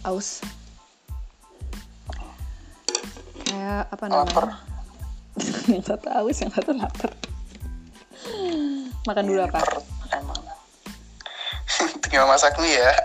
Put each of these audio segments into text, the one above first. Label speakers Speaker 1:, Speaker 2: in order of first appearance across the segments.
Speaker 1: aus. Kayak apa namanya?
Speaker 2: Lapar.
Speaker 1: Yang satu aus, yang satu lapar. Makan dulu apa?
Speaker 2: Perut emang. Tinggal masak mie ya.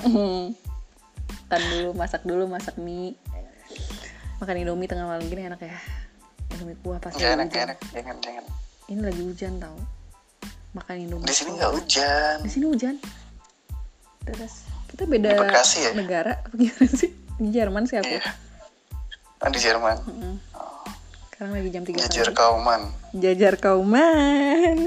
Speaker 1: Masak dulu, masak mie. Makan Indomie tengah malam gini enak ya. Indomie kuah pasti
Speaker 2: Gak
Speaker 1: hujan.
Speaker 2: enak, jangan.
Speaker 1: Ini lagi hujan tau. Makan Indomie.
Speaker 2: Di sini nggak hujan.
Speaker 1: Di sini hujan. Terus kita beda
Speaker 2: Di Bekasi ya?
Speaker 1: negara apa gimana sih? Di Jerman sih aku.
Speaker 2: Iya. Di Jerman.
Speaker 1: Sekarang lagi jam 3 pagi.
Speaker 2: Jajar kauman.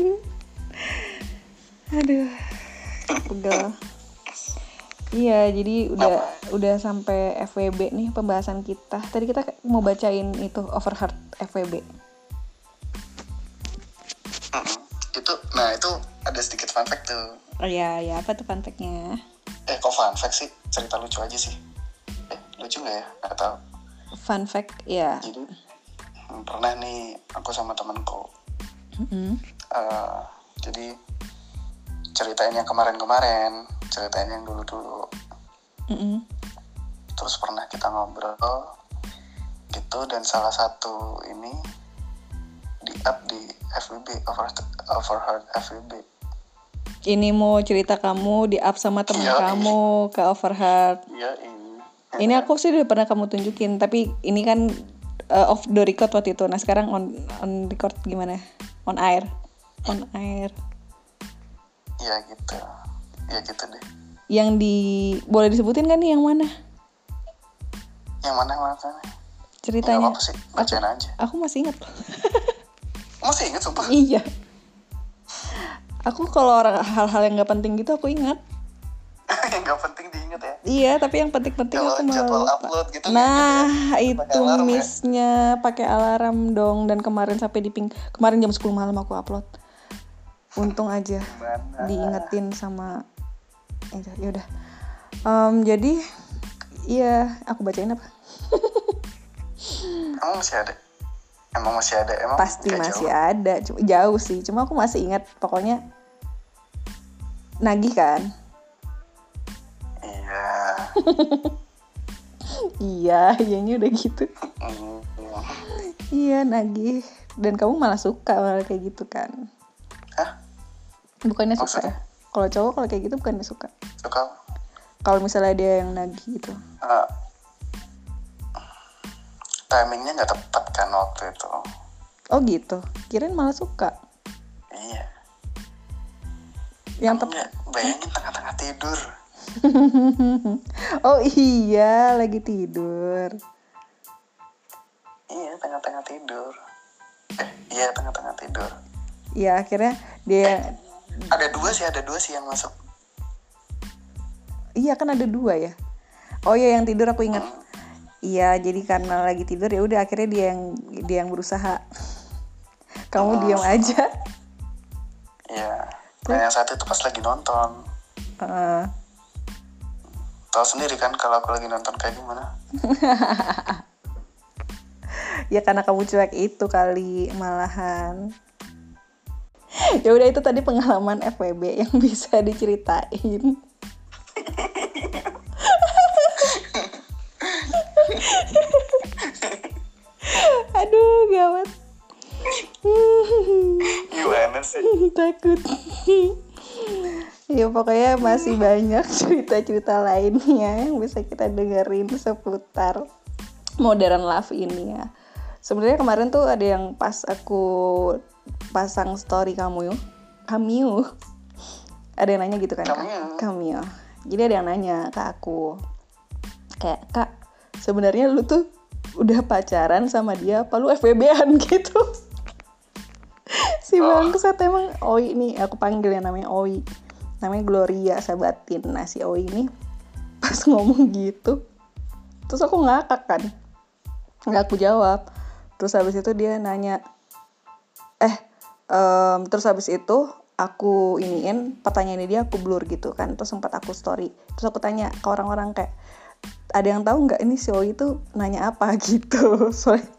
Speaker 1: Aduh. Pegel. Iya, jadi udah sampai FWB nih pembahasan kita. Tadi kita mau bacain itu Overheard FWB.
Speaker 2: Itu ada sedikit fun fact tuh.
Speaker 1: Oh iya, apa tuh fun fact-nya?
Speaker 2: Kok fun fact sih? Cerita lucu aja sih. Lucu nggak ya? Nggak tahu.
Speaker 1: Fun fact, ya.
Speaker 2: Jadi pernah nih aku sama temanku. Jadi ceritain yang kemarin-kemarin, ceritain yang dulu-dulu. Terus pernah kita ngobrol gitu, dan salah satu ini di-up di FWB, Overheard FWB.
Speaker 1: Ini mau cerita kamu di-up sama teman kamu ke Overheard.
Speaker 2: Iya,
Speaker 1: ini aku sih udah pernah kamu tunjukin, tapi ini kan off the record waktu itu. Nah sekarang on record gimana? On air.
Speaker 2: Iya gitu. Ya gitu deh.
Speaker 1: Yang boleh disebutin kan nih yang mana?
Speaker 2: Yang mana?
Speaker 1: Ceritanya.
Speaker 2: Enggak apa-apa sih, bacain aja.
Speaker 1: Aku masih ingat.
Speaker 2: Masih ingat sumpah?
Speaker 1: Iya. Aku kalau hal-hal yang nggak penting gitu aku ingat.
Speaker 2: Yang nggak penting diingat ya?
Speaker 1: Iya, tapi yang penting-penting aku malah
Speaker 2: jadwal
Speaker 1: lupa.
Speaker 2: upload gitu.
Speaker 1: Nah,
Speaker 2: gitu
Speaker 1: itu miss-nya pakai alarm dong, dan kemarin sampai kemarin jam 10 malam aku upload. Untung aja diingetin sama ya udah. Jadi iya, aku bacain apa?
Speaker 2: Emang masih ada? Emang
Speaker 1: pasti masih jauh? Ada, jauh sih. Cuma aku masih ingat, pokoknya nagih kan?
Speaker 2: Iya.
Speaker 1: Iyanya udah gitu. Iya, nagih. Dan kamu malah suka kayak gitu kan?
Speaker 2: Hah?
Speaker 1: Bukannya suka ya? Kalau cowok kalau kayak gitu bukannya suka?
Speaker 2: Suka.
Speaker 1: Kalau misalnya dia yang nagih gitu.
Speaker 2: Timingnya nggak tepat kan waktu itu.
Speaker 1: Oh gitu. Kirain malah suka.
Speaker 2: Iya.
Speaker 1: Yang tepat.
Speaker 2: Bayangin tengah-tengah tidur.
Speaker 1: Oh iya, lagi tidur.
Speaker 2: Iya, tengah-tengah tidur. Tengah-tengah tidur.
Speaker 1: Iya, akhirnya dia
Speaker 2: ada dua sih yang masuk.
Speaker 1: Iya kan ada 2 ya. Oh iya, yang tidur aku ingat. Iya, jadi karena lagi tidur ya udah akhirnya dia yang berusaha. Kamu diam aja.
Speaker 2: Iya. Nah, yang satu itu pas lagi nonton. Tahu sendiri kan kalau aku lagi nonton kayak gimana?
Speaker 1: Ya karena kamu cuek itu kali malahan. Ya udah, itu tadi pengalaman FWB yang bisa diceritain. Aduh, gawat.
Speaker 2: Gimana sih?
Speaker 1: Takut. Ya pokoknya masih banyak cerita-cerita lainnya yang bisa kita dengerin seputar Modern Love ini ya. Sebenarnya kemarin tuh ada yang pas aku pasang story kamu, ada yang nanya gitu kan? Kamu. Jadi ada yang nanya ke aku, kayak, Kak, sebenarnya lu tuh udah pacaran sama dia apa lu FWB-an gitu? Si bangsat emang Oi nih, aku panggil yang namanya Oi, namanya Gloria Sabatin. Nah si Oi ini pas ngomong gitu, terus aku ngakak kan, nggak aku jawab. Terus habis itu dia nanya, terus habis itu aku iniin pertanyaannya dia, aku blur gitu kan. Terus sempat aku story, terus aku tanya ke orang-orang kayak, ada yang tahu nggak ini si Oi itu nanya apa gitu.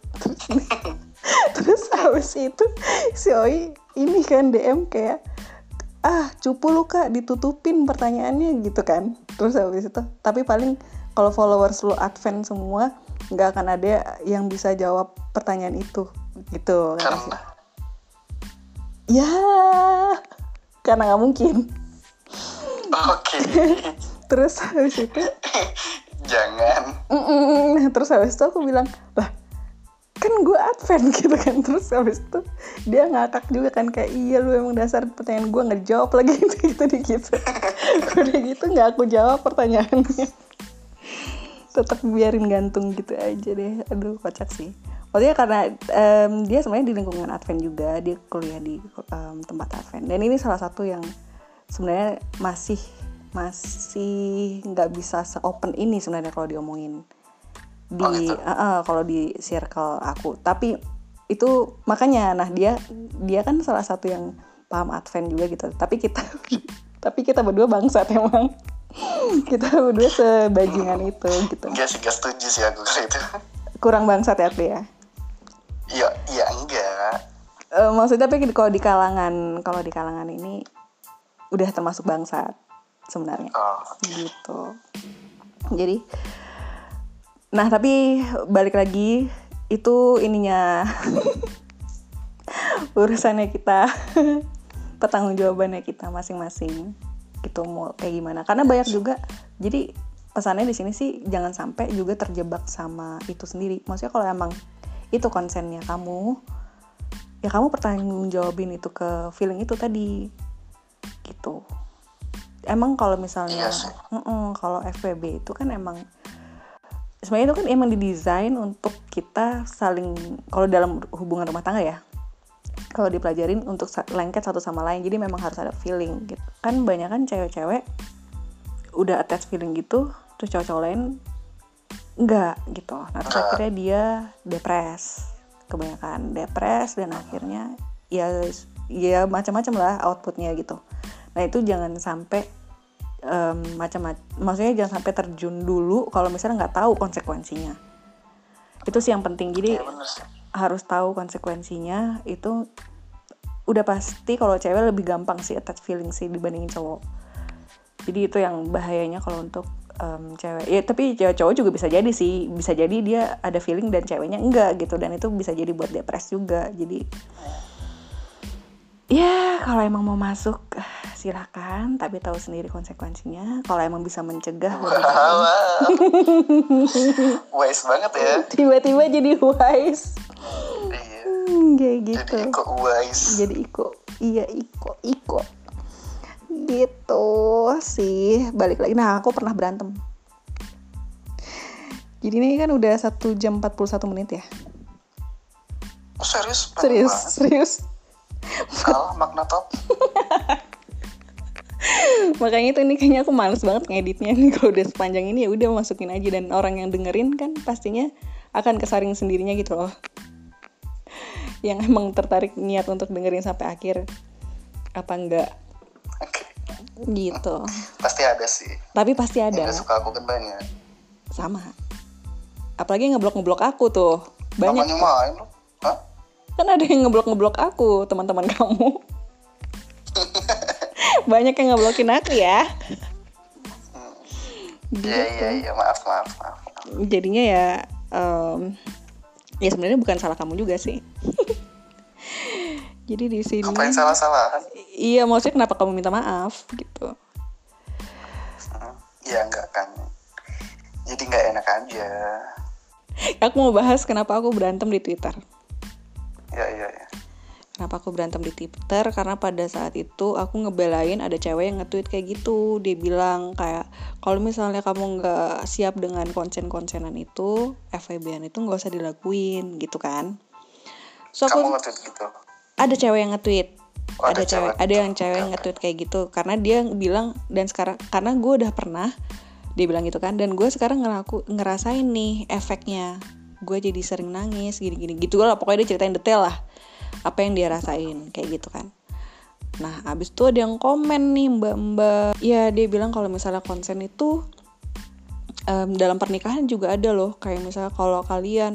Speaker 1: Terus habis itu si Oi ini kan DM kayak, cupu lu Kak, ditutupin pertanyaannya gitu kan. Terus habis itu, tapi paling kalau followers lu advent semua, nggak akan ada yang bisa jawab pertanyaan itu gitu.
Speaker 2: Karena
Speaker 1: Ya, karena nggak mungkin.
Speaker 2: oke.
Speaker 1: Terus habis itu
Speaker 2: Jangan.
Speaker 1: terus habis itu aku bilang, lah kan gue advent gitu kan. Terus habis itu dia ngakak juga kan, kayak iya lu emang dasar pertanyaan gue nggak dijawab lagi gitu. Gue udah gitu nggak aku jawab pertanyaannya, tetap biarin gantung gitu aja deh. Aduh kocak sih. Maksudnya karena dia sebenarnya di lingkungan advent juga, dia kuliah di tempat advent, dan ini salah satu yang sebenarnya masih nggak bisa se-open ini sebenarnya kalau diomongin di
Speaker 2: gitu.
Speaker 1: kalau di circle aku. Tapi itu makanya, nah dia kan salah satu yang paham advent juga gitu. Tapi kita berdua bangsat emang. Kita berdua sebajingan itu gitu.
Speaker 2: Enggak sih, gak setuju sih aku kalau itu.
Speaker 1: Kurang bangsat ya aku ya.
Speaker 2: Iya enggak.
Speaker 1: Maksudnya tapi kalau di kalangan ini udah termasuk bangsat sebenarnya. Gitu. Jadi, nah tapi balik lagi itu ininya urusannya kita, pertanggungjawabannya kita masing-masing gitu, mau kayak gimana. Karena banyak juga, jadi pesannya di sini sih jangan sampai juga terjebak sama itu sendiri. Maksudnya kalau emang itu konsennya kamu, ya kamu pertanggungjawabin itu ke feeling itu tadi gitu. Emang kalau misalnya kalau FWB itu kan emang sebenarnya itu kan emang didesain untuk kita saling, kalau dalam hubungan rumah tangga ya, kalau dipelajarin untuk lengket satu sama lain, jadi memang harus ada feeling gitu. Kan banyak kan cewek-cewek udah attach feeling gitu, terus cowok-cowok lain enggak gitu. Nah terus akhirnya dia kebanyakan depres, dan akhirnya ya macam-macam lah outputnya gitu. Nah itu jangan sampai maksudnya jangan sampai terjun dulu kalau misalnya nggak tahu konsekuensinya. Itu sih yang penting. Jadi harus tahu konsekuensinya. Itu udah pasti kalau cewek lebih gampang sih attach feeling sih dibandingin cowok. Jadi itu yang bahayanya kalau untuk cewek. Ya tapi cowok juga bisa jadi sih, bisa jadi dia ada feeling dan ceweknya enggak gitu, dan itu bisa jadi buat depres juga. Jadi ya kalau emang mau masuk silakan, tapi tahu sendiri konsekuensinya. Kalau emang bisa mencegah,
Speaker 2: wise banget ya.
Speaker 1: Tiba-tiba jadi wise.
Speaker 2: Iya.
Speaker 1: Kayak gitu.
Speaker 2: Jadi iko wise.
Speaker 1: Jadi iko. Gitu sih. Balik lagi. Nah, aku pernah berantem. Jadi ini kan udah 1 jam 41 menit ya.
Speaker 2: Oh, serius?
Speaker 1: Serius.
Speaker 2: Salah makna top.
Speaker 1: Makanya itu ini kayaknya aku males banget ngeditnya nih. Kalau udah sepanjang ini ya udah masukin aja, dan orang yang dengerin kan pastinya akan kesaring sendirinya gitu loh. Yang emang tertarik niat untuk dengerin sampai akhir apa enggak. Gitu.
Speaker 2: Pasti ada sih.
Speaker 1: Tapi pasti ada.
Speaker 2: Yang suka aku kan banyak.
Speaker 1: Sama. Apalagi ngeblok aku tuh. Banyak.
Speaker 2: Namanya main loh. Hah?
Speaker 1: Kan ada yang ngeblok aku, teman-teman kamu. Banyak yang ngeblokin aku ya.
Speaker 2: Iya, maaf.
Speaker 1: Jadinya ya ya sebenarnya bukan salah kamu juga sih. Jadi di sini
Speaker 2: ngapain salah-salahan?
Speaker 1: Iya, maksudnya kenapa kamu minta maaf gitu.
Speaker 2: Ya enggak kan. Jadi enggak enak aja.
Speaker 1: Aku mau bahas kenapa aku berantem di Twitter.
Speaker 2: Iya.
Speaker 1: Kenapa aku berantem di Twitter? Karena pada saat itu aku ngebelain ada cewek yang nge-tweet kayak gitu. Dia bilang kayak, kalau misalnya kamu gak siap dengan konsen-konsenan itu, FWB-an itu gak usah dilakuin gitu kan. So,
Speaker 2: kamu nge-tweet gitu?
Speaker 1: Ada cewek yang nge-tweet. Ada yang cewek
Speaker 2: yang
Speaker 1: nge-tweet kayak gitu. Karena dia bilang, dan sekarang, karena gue udah pernah, dia bilang gitu kan, dan gue sekarang ngerasain nih efeknya. Gue jadi sering nangis, gini-gini gitu lah. Pokoknya dia ceritain detail lah apa yang dia rasain kayak gitu kan. Nah abis itu ada yang komen nih mbak-mbak, ya dia bilang kalau misalnya konsen itu dalam pernikahan juga ada loh, kayak misalnya kalau kalian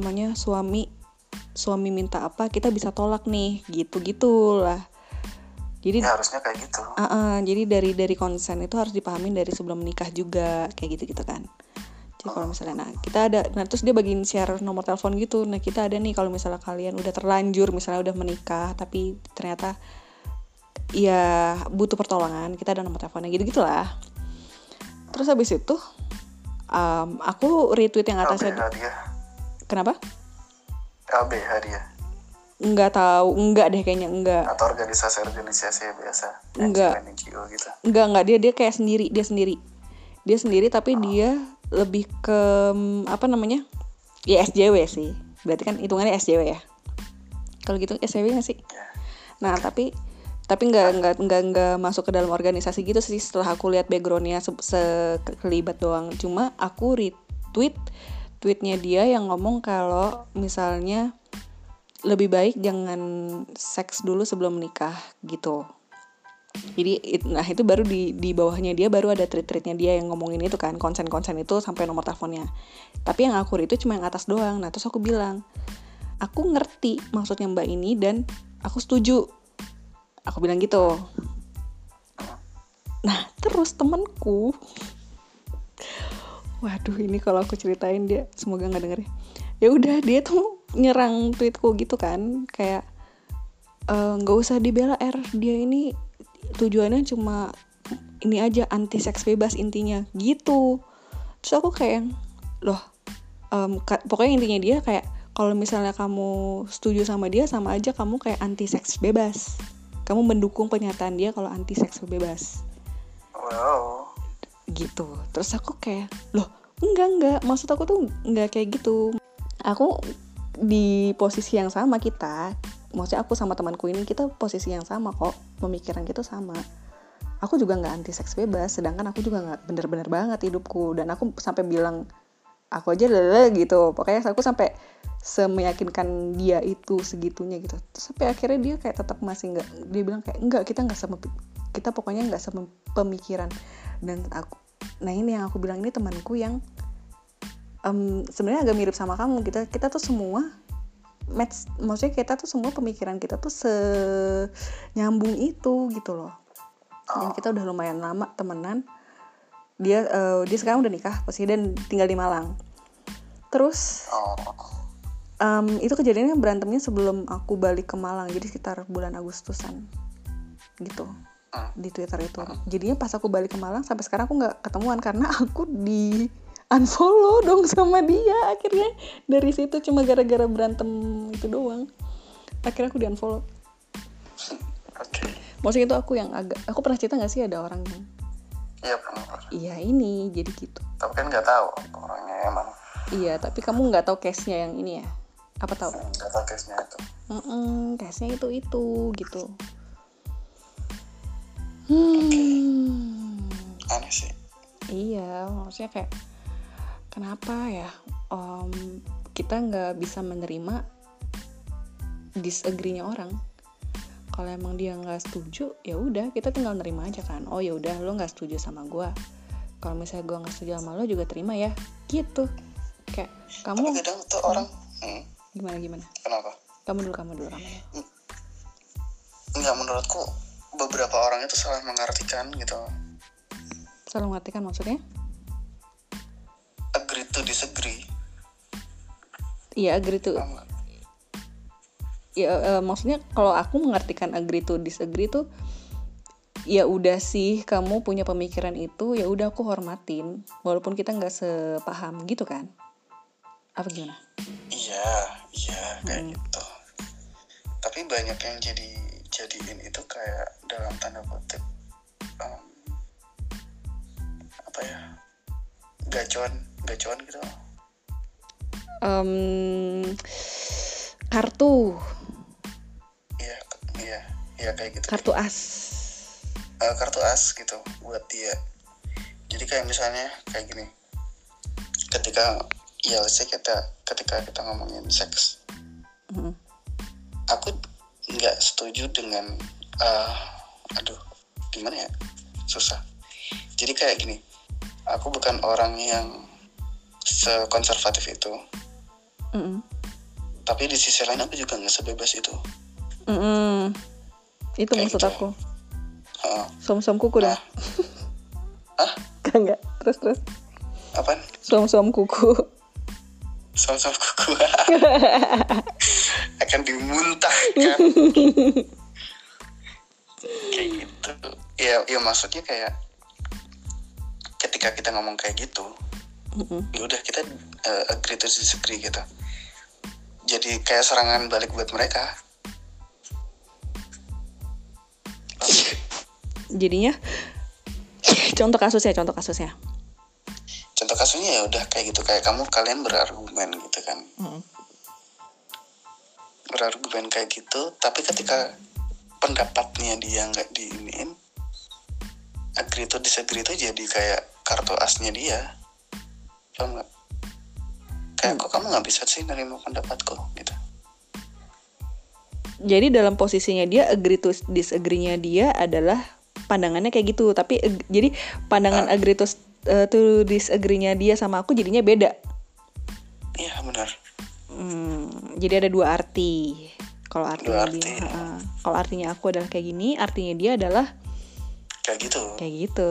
Speaker 1: suami minta apa kita bisa tolak nih, gitu lah. Jadi
Speaker 2: Ya harusnya kayak gitu.
Speaker 1: Jadi dari konsen itu harus dipahamin dari sebelum menikah juga kayak gitu kan. Jadi kalau misalnya terus dia bagiin share nomor telepon gitu. Nah kita ada nih kalau misalnya kalian udah terlanjur misalnya udah menikah tapi ternyata ya butuh pertolongan, kita ada nomor teleponnya gitu-gitulah. Terus habis itu aku retweet yang atasnya.
Speaker 2: LBH dia.
Speaker 1: Kenapa?
Speaker 2: LBH dia.
Speaker 1: Enggak tahu, enggak deh kayaknya enggak.
Speaker 2: Atau organisasi biasa.
Speaker 1: Enggak.
Speaker 2: NGO gitu.
Speaker 1: Enggak dia kayak sendiri, dia sendiri tapi dia lebih ke apa namanya? Ya SJW sih. Berarti kan hitungannya SJW ya. Kalau gitu SJW nggak sih?
Speaker 2: Yeah.
Speaker 1: Nah, tapi nggak masuk ke dalam organisasi gitu sih. Setelah aku lihat backgroundnya sekelibat doang. Cuma aku retweet tweetnya dia yang ngomong kalau misalnya lebih baik jangan seks dulu sebelum menikah gitu. Jadi itu baru di bawahnya dia baru ada tweet-tweetnya dia yang ngomongin itu kan, konsen itu sampai nomor teleponnya. Tapi yang aku itu cuma yang atas doang. Nah terus aku bilang, aku ngerti maksudnya mbak ini dan aku setuju. Aku bilang gitu. Nah terus temanku, waduh ini kalau aku ceritain dia semoga nggak denger ya. Ya udah dia tuh nyerang tweetku gitu kan, kayak nggak usah dibela dia ini tujuannya cuma ini aja, anti seks bebas intinya gitu. Terus aku kayak loh pokoknya intinya dia kayak kalau misalnya kamu setuju sama dia sama aja kamu kayak anti seks bebas, kamu mendukung pernyataan dia kalau anti seks bebas.
Speaker 2: Wow.
Speaker 1: Gitu. Terus aku kayak loh enggak maksud aku tuh enggak kayak gitu. Aku di posisi yang sama kita, maksudnya aku sama temanku ini kita posisi yang sama kok, pemikiran kita sama. Aku juga nggak anti seks bebas, sedangkan aku juga nggak bener-bener banget hidupku, dan aku sampai bilang aku aja gitu, pokoknya aku sampai semeyakinkan dia itu segitunya gitu. Terus sampai akhirnya dia kayak tetap masih nggak, dia bilang kayak enggak, kita pokoknya nggak sama pemikiran. Dan aku, nah ini yang aku bilang, ini temanku yang sebenarnya agak mirip sama kamu. Kita tuh semua match, maksudnya kita tuh semua pemikiran kita tuh nyambung itu gitu loh. Dan kita udah lumayan lama temenan. Dia sekarang udah nikah pasti dan tinggal di Malang. Terus itu kejadiannya berantemnya sebelum aku balik ke Malang, jadi sekitar bulan Agustusan gitu di Twitter itu. Jadinya pas aku balik ke Malang sampai sekarang aku nggak ketemuan karena aku di unfollow dong sama dia. Akhirnya dari situ cuma gara-gara berantem itu doang, akhirnya aku di unfollow.
Speaker 2: Okay.
Speaker 1: Maksudnya itu aku pernah cerita nggak sih ada orang yang iya ini jadi gitu,
Speaker 2: tapi kan nggak tahu orangnya emang.
Speaker 1: Iya tapi kamu nggak tahu case-nya yang ini ya, apa tahu?
Speaker 2: Nggak tahu case-nya itu.
Speaker 1: Case-nya itu gitu.
Speaker 2: Aneh sih.
Speaker 1: Iya, maksudnya kayak kenapa ya kita nggak bisa menerima disagree-nya orang. Kalau emang dia nggak setuju, ya udah kita tinggal nerima aja kan. Oh ya udah, lo nggak setuju sama gue. Kalau misalnya gue nggak setuju sama lo juga terima ya, gitu. Kayak kamu.
Speaker 2: Tapi kadang tuh orang.
Speaker 1: Gimana?
Speaker 2: Kenapa?
Speaker 1: Kamu dulu.
Speaker 2: Enggak, menurutku beberapa orang itu salah mengartikan gitu.
Speaker 1: Salah mengartikan maksudnya?
Speaker 2: Agree to disagree.
Speaker 1: Iya, agree to. Ya maksudnya kalau aku mengartikan agree to disagree tuh ya udah sih, kamu punya pemikiran itu, ya udah aku hormatin walaupun kita nggak sepaham gitu kan? Apa gimana?
Speaker 2: Iya kayak gitu. Tapi banyak yang jadiin itu kayak dalam tanda kutip apa ya, gacuan gitu.
Speaker 1: Kartu.
Speaker 2: Iya kayak gitu.
Speaker 1: Kartu as.
Speaker 2: Kartu as gitu buat dia. Jadi kayak misalnya kayak gini. Ketika kita ngomongin seks. Aku nggak setuju dengan gimana ya? Susah. Jadi kayak gini. Aku bukan orang yang sekonservatif itu. Tapi di sisi lain aku juga nggak sebebas itu.
Speaker 1: Itu
Speaker 2: Kayak
Speaker 1: maksud
Speaker 2: gitu.
Speaker 1: aku.
Speaker 2: Som
Speaker 1: Kuku dah.
Speaker 2: Hah?
Speaker 1: Enggak. Terus.
Speaker 2: Apaan?
Speaker 1: Som kuku.
Speaker 2: Som kuku akan dimuntahkan. Kayak gitu. Ya maksudnya kayak ketika kita ngomong kayak gitu, ya udah kita agree to disagree gitu. Jadi kayak serangan balik buat mereka.
Speaker 1: Jadinya contoh kasusnya.
Speaker 2: Contoh kasusnya ya udah kayak gitu, kayak kalian berargumen gitu kan. Berargumen kayak gitu, tapi ketika pendapatnya dia nggak diiniin, agree to disagree itu jadi kayak kartu asnya dia. Paham nggak? Kayak kok kamu nggak bisa sih nerima pendapatku gitu.
Speaker 1: Jadi dalam posisinya dia, agree to disagree-nya dia adalah pandangannya kayak gitu. Tapi jadi pandangan agree to disagree-nya dia sama aku jadinya beda.
Speaker 2: Iya benar.
Speaker 1: Jadi ada dua arti. Kalau artinya
Speaker 2: Dua arti.
Speaker 1: Kalau artinya aku adalah kayak gini, artinya dia adalah
Speaker 2: kayak gitu.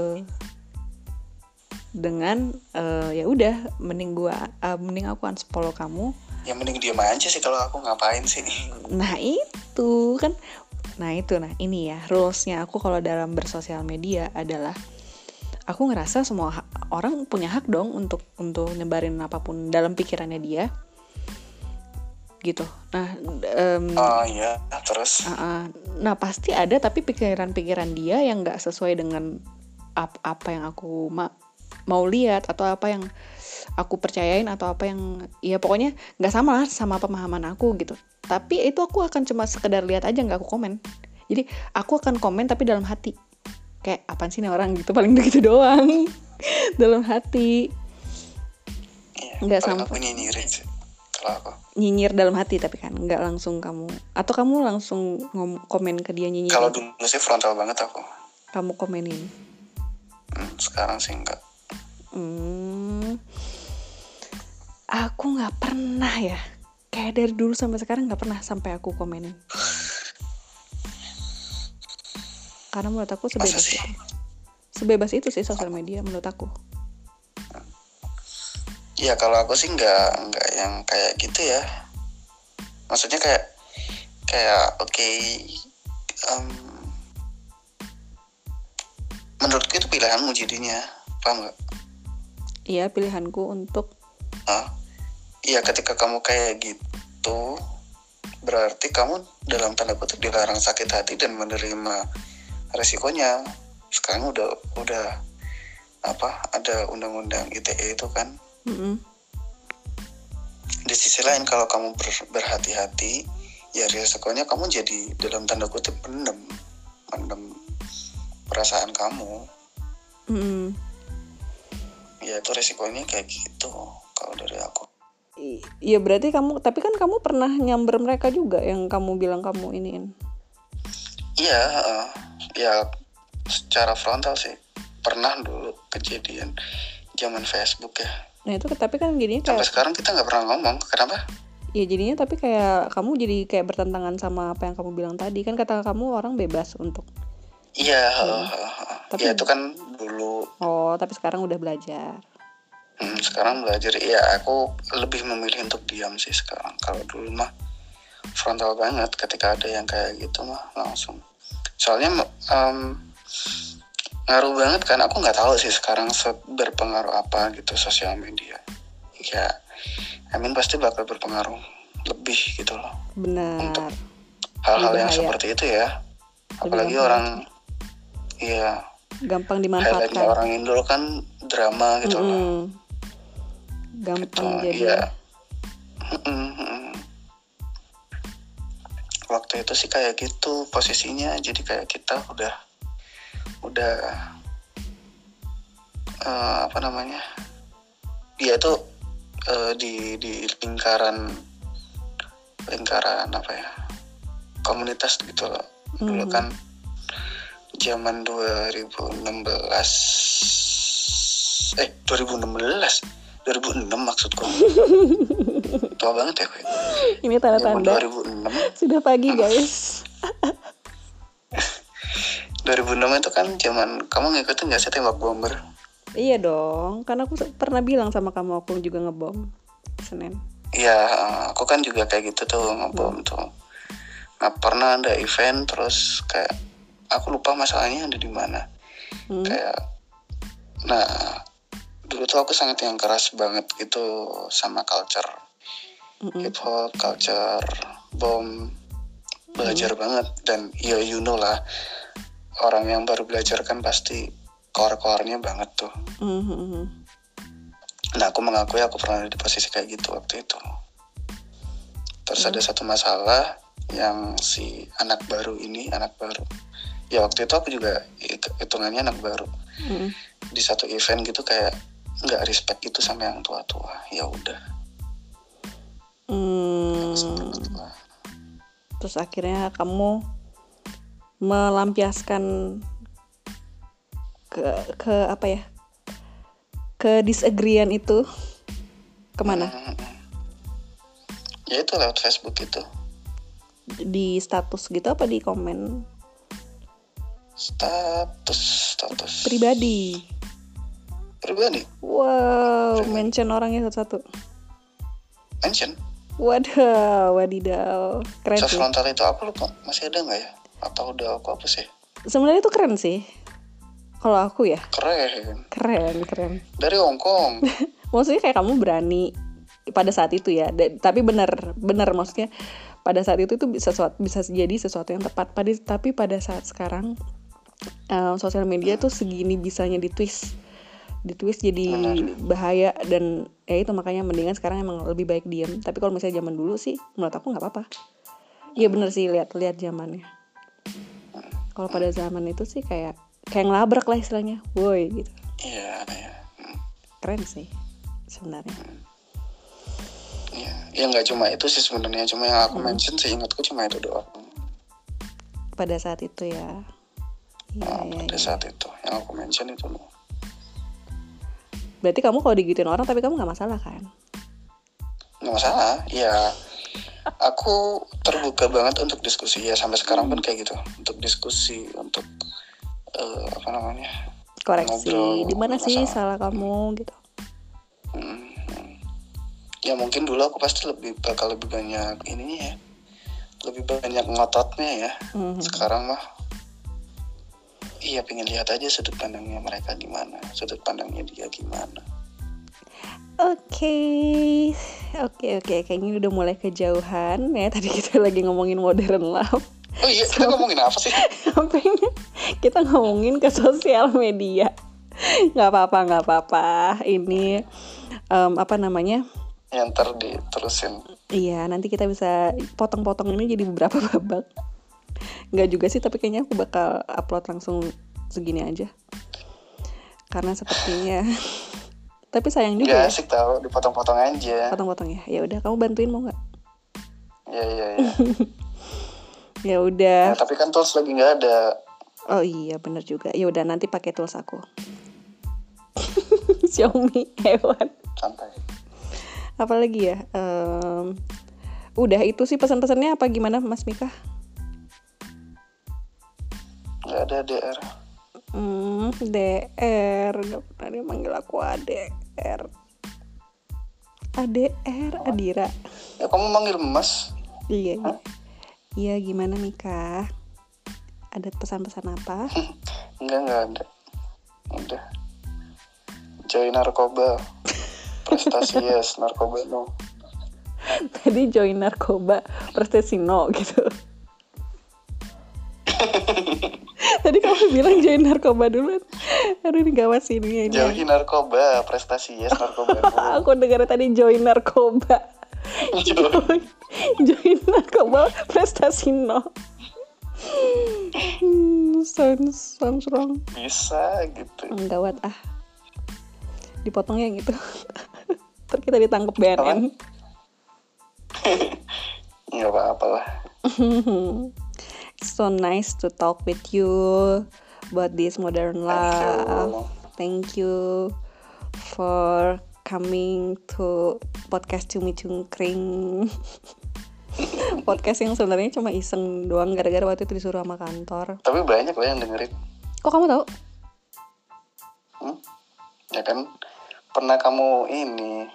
Speaker 1: Dengan ya udah, mending aku unfollow kamu.
Speaker 2: Ya mending diem aja sih kalau aku, ngapain sih.
Speaker 1: Nah itu kan, ini ya rulesnya aku kalau dalam bersosial media adalah aku ngerasa semua orang punya hak dong untuk nyebarin apapun dalam pikirannya dia gitu. Nah
Speaker 2: iya terus
Speaker 1: nah pasti ada tapi pikiran dia yang nggak sesuai dengan apa yang aku mau lihat, atau apa yang aku percayain, atau apa yang ya pokoknya nggak sama lah sama pemahaman aku gitu. Tapi itu aku akan cuma sekedar lihat aja, nggak aku komen. Jadi aku akan komen tapi dalam hati, kayak apaan sih nih orang gitu, paling begitu doang. Dalam hati.
Speaker 2: Iya,
Speaker 1: nggak
Speaker 2: paling
Speaker 1: sampai
Speaker 2: aku nyinyirin sih kalau aku.
Speaker 1: Nyinyir dalam hati, tapi kan nggak langsung kamu, atau kamu langsung komen ke dia nyinyir.
Speaker 2: Kalau dulu sih frontal banget aku.
Speaker 1: Kamu komenin.
Speaker 2: Sekarang sih enggak.
Speaker 1: Aku nggak pernah ya, kayak dari dulu sampai sekarang nggak pernah sampai aku komenin. Karena menurut aku sebebas itu sih sosial media menurut aku.
Speaker 2: Ya kalau aku sih nggak yang kayak gitu ya. Maksudnya kayak oke, menurutku itu pilihanmu jadinya, paham nggak?
Speaker 1: Iya, pilihanku untuk.
Speaker 2: Iya, ketika kamu kayak gitu, berarti kamu dalam tanda kutip dilarang sakit hati dan menerima resikonya. Sekarang udah ada undang-undang ITE itu kan. Di sisi lain kalau kamu berhati-hati, ya resikonya kamu jadi dalam tanda kutip mendem perasaan kamu. Ya itu resikonya kayak gitu kalau dari aku.
Speaker 1: Iya berarti tapi kan kamu pernah nyamber mereka juga yang kamu bilang kamu iniin.
Speaker 2: Iya, ya secara frontal sih pernah dulu kejadian zaman Facebook ya.
Speaker 1: Nah itu tapi kan jadinya kayak
Speaker 2: sampai sekarang kita nggak pernah ngomong. Kenapa?
Speaker 1: Ya jadinya tapi kayak kamu jadi kayak bertentangan sama apa yang kamu bilang tadi. Kan kata kamu orang bebas untuk.
Speaker 2: Iya,
Speaker 1: tapi,
Speaker 2: ya itu kan dulu.
Speaker 1: Oh tapi sekarang udah belajar.
Speaker 2: Sekarang belajar. Ya aku lebih memilih untuk diam sih sekarang. Kalau dulu mah frontal banget, ketika ada yang kayak gitu mah langsung. Soalnya ngaruh banget kan. Aku nggak tahu sih sekarang berpengaruh apa gitu sosial media. Ya, pasti bakal berpengaruh lebih gitu loh.
Speaker 1: Benar.
Speaker 2: Untuk hal-hal yang seperti itu ya. Apalagi orang, iya.
Speaker 1: Gampang dimanfaatkan.
Speaker 2: Highlightnya orang Indo kan drama gitu loh.
Speaker 1: Gampang
Speaker 2: gitu,
Speaker 1: jadi.
Speaker 2: Iya. Waktu itu sih kayak gitu posisinya, jadi kayak kita udah dia tuh di lingkaran apa ya, komunitas gitu loh. Dulu kan zaman 2006 maksudku. Tua banget ya gue.
Speaker 1: Ini tanda-tanda
Speaker 2: 2006
Speaker 1: sudah pagi guys.
Speaker 2: 2006 itu kan zaman kamu ngikutin nggak sih tembak bomber?
Speaker 1: Iya dong, karena aku pernah bilang sama kamu aku juga ngebom Senin.
Speaker 2: Iya, aku kan juga kayak gitu tuh ngebom tuh. Nah pernah ada event terus kayak aku lupa masalahnya ada di mana. Kayak, nah dulu tuh aku sangat yang keras banget gitu sama culture hip hop, culture bom, belajar banget dan ya you know lah orang yang baru belajar kan pasti core-core-nya banget tuh. Nah aku mengakui aku pernah di posisi kayak gitu waktu itu. Terus ada satu masalah yang si anak baru ya waktu itu aku juga hitungannya anak baru di satu event gitu kayak nggak respect gitu sama yang tua-tua. Ya udah.
Speaker 1: Terus akhirnya kamu melampiaskan ke apa ya, ke disagreean itu kemana?
Speaker 2: Ya itu lewat Facebook itu.
Speaker 1: Di status gitu apa di komen?
Speaker 2: Status
Speaker 1: Pribadi. Wow, mention orangnya satu-satu.
Speaker 2: Mention.
Speaker 1: Wadidaw, keren sih.
Speaker 2: Frontal itu aku lupa masih ada nggak ya? Atau udah aku hapus ya?
Speaker 1: Sebenarnya itu keren sih. Kalau aku ya.
Speaker 2: Keren. Dari Hong Kong.
Speaker 1: Maksudnya kayak kamu berani pada saat itu ya. Tapi benar maksudnya pada saat itu bisa jadi sesuatu yang tepat. Tapi pada saat sekarang sosial media tuh segini bisanya ditwist jadi bahaya dan ya itu makanya mendingan sekarang emang lebih baik diem. Tapi kalau misalnya zaman dulu sih menurut aku nggak apa-apa. Iya bener sih lihat zamannya. Kalau pada zaman itu sih kayak ngelabrak lah istilahnya, woi gitu.
Speaker 2: Iya.
Speaker 1: Keren sih sebenarnya.
Speaker 2: Iya, ya nggak cuma itu sih sebenarnya, cuma yang aku mention sih ingatku cuma itu doang.
Speaker 1: Pada saat itu ya.
Speaker 2: Pada saat itu yang aku mention itu loh.
Speaker 1: Berarti kamu kalau digituin orang tapi kamu nggak masalah kan?
Speaker 2: Nggak masalah, ya. Aku terbuka banget untuk diskusi ya sampai sekarang pun kayak gitu, untuk diskusi, untuk
Speaker 1: koreksi. Di mana sih salah kamu gitu?
Speaker 2: Ya mungkin dulu aku pasti bakal lebih banyak ininya ya, lebih banyak ngototnya ya. Sekarang mah iya pengen lihat aja sudut pandangnya mereka gimana, sudut pandangnya dia gimana.
Speaker 1: Oke, kayaknya udah mulai kejauhan ya. Tadi kita lagi ngomongin modern love.
Speaker 2: Oh iya, kita ngomongin apa sih?
Speaker 1: Kita ngomongin ke sosial media. Gak apa-apa. Ini
Speaker 2: Yang diterusin.
Speaker 1: Iya, nanti kita bisa potong-potong ini jadi beberapa babak. Nggak juga sih, tapi kayaknya aku bakal upload langsung segini aja. Karena sepertinya tapi sayang juga ya.
Speaker 2: Asik tau, dipotong-potong aja.
Speaker 1: Potong-potong ya. Ya udah, kamu bantuin mau nggak?
Speaker 2: Iya.
Speaker 1: Ya udah.
Speaker 2: Nah, tapi kan tools lagi nggak ada.
Speaker 1: Oh iya, benar juga. Ya udah, nanti pakai tools aku. Xiaomi hewan.
Speaker 2: Santai.
Speaker 1: Apalagi ya? Udah itu sih pesan-pesannya apa gimana Mas Mika?
Speaker 2: Nggak ada DR.
Speaker 1: DR, nggak pernah dia manggil aku ADR. Adira.
Speaker 2: Ya kamu manggil Mas.
Speaker 1: Iya. Iya, gimana Mika? Ada pesan-pesan apa?
Speaker 2: Enggak ada. Udah. Join narkoba. Prestasi yes, narkoba no.
Speaker 1: Tadi join narkoba, prestasi no gitu. Tadi kamu bilang join narkoba dulu. Aduh ini gawat sih ini.
Speaker 2: Join narkoba, prestasi yes, narkoba no.
Speaker 1: Aku dengar tadi join narkoba. Join narkoba, prestasi no. Sounds wrong.
Speaker 2: Bisa gitu.
Speaker 1: Gawat dipotongnya gitu. Ntar kita ditangkap BNN.
Speaker 2: Nggak apa-apa lah.
Speaker 1: So nice to talk with you about this modern love. Thank you for coming to podcast Cumi Cungkring. Podcast yang sebenarnya cuma iseng doang gara-gara waktu itu disuruh sama kantor.
Speaker 2: Tapi banyak loh yang dengerin.
Speaker 1: Kok kamu tahu?
Speaker 2: Ya kan pernah kamu ini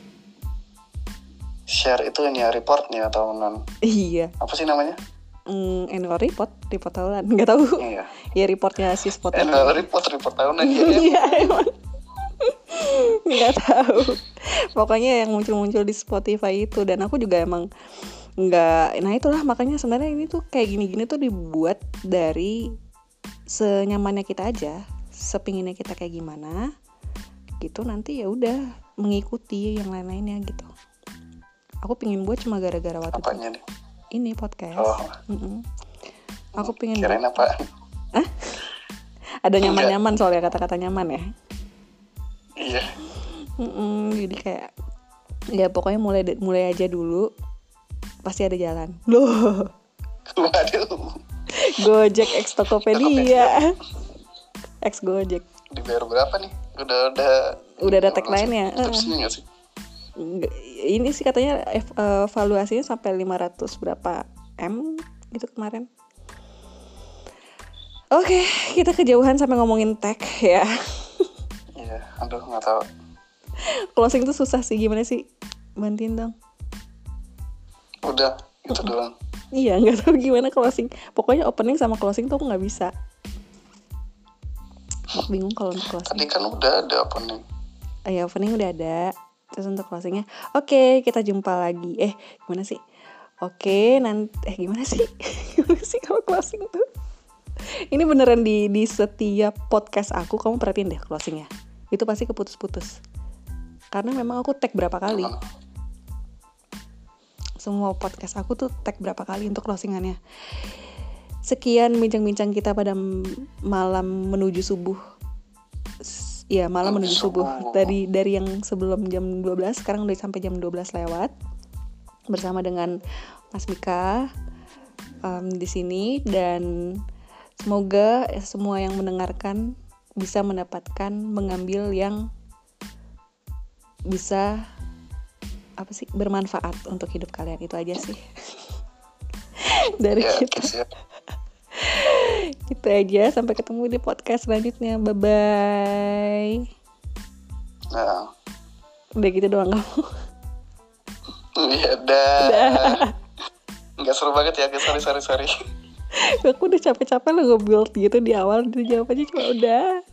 Speaker 2: share itu ya reportnya tahunan.
Speaker 1: Iya.
Speaker 2: Apa sih namanya?
Speaker 1: Annual report tahunan, nggak tahu.
Speaker 2: Iya.
Speaker 1: Ya reportnya si Spotify.
Speaker 2: Annual report tahunan ya.
Speaker 1: Iya emang. Nggak tahu. Pokoknya yang muncul-muncul di Spotify itu, dan aku juga emang nggak. Nah itulah makanya sebenarnya ini tuh kayak gini-gini tuh dibuat dari senyamannya kita aja, sepinginnya kita kayak gimana gitu, nanti ya udah mengikuti yang lain-lainnya gitu. Aku pingin buat cuma gara-gara waktu
Speaker 2: apanya
Speaker 1: itu. Ini podcast. Aku pingin
Speaker 2: kirain apa?
Speaker 1: Ada nyaman-nyaman soalnya, kata-kata nyaman ya.
Speaker 2: Iya.
Speaker 1: Jadi kayak ya pokoknya mulai aja dulu, pasti ada jalan. Loh.
Speaker 2: Waduh.
Speaker 1: Gojek X Tokopedia. X Gojek.
Speaker 2: Dibayar berapa nih?
Speaker 1: Udah ada tagline-nya.
Speaker 2: Subscription-nya nggak sih?
Speaker 1: Ini sih katanya evaluasinya sampai 500 berapa M gitu kemarin. Oke, kita kejauhan sampai ngomongin tag ya.
Speaker 2: Iya, aduh nggak tahu.
Speaker 1: Closing tuh susah sih, gimana sih? Bantuin dong.
Speaker 2: Udah, itu doang.
Speaker 1: Iya, nggak tahu gimana closing. Pokoknya opening sama closing tuh aku nggak bisa. Aku bingung kalau untuk closing.
Speaker 2: Tadi kan udah ada opening.
Speaker 1: Ya opening udah ada. Terus untuk closingnya, oke, kita jumpa lagi. Gimana sih? Oke, nanti gimana sih? Gimana sih kalau closing tuh? Ini beneran di setiap podcast aku, kamu perhatiin deh closingnya. Itu pasti keputus-putus. Karena memang aku tag berapa kali. Semua podcast aku tuh tag berapa kali untuk closingannya. Sekian bincang-bincang kita pada malam menuju subuh. Ya, malam menuju subuh. Dari yang sebelum jam 12, sekarang udah sampai jam 12 lewat. Bersama dengan Mas Mika di sini, dan semoga semua yang mendengarkan bisa mengambil yang bisa bermanfaat untuk hidup kalian. Itu aja sih dari kita. Itu aja, sampai ketemu di podcast selanjutnya. Bye bye.
Speaker 2: Nah.
Speaker 1: Udah gitu doang kamu.
Speaker 2: Iya dah. Nggak seru banget ya, sorry.
Speaker 1: Aku udah capek-capek lo nge-build gitu di awal, dijawab aja cuma udah.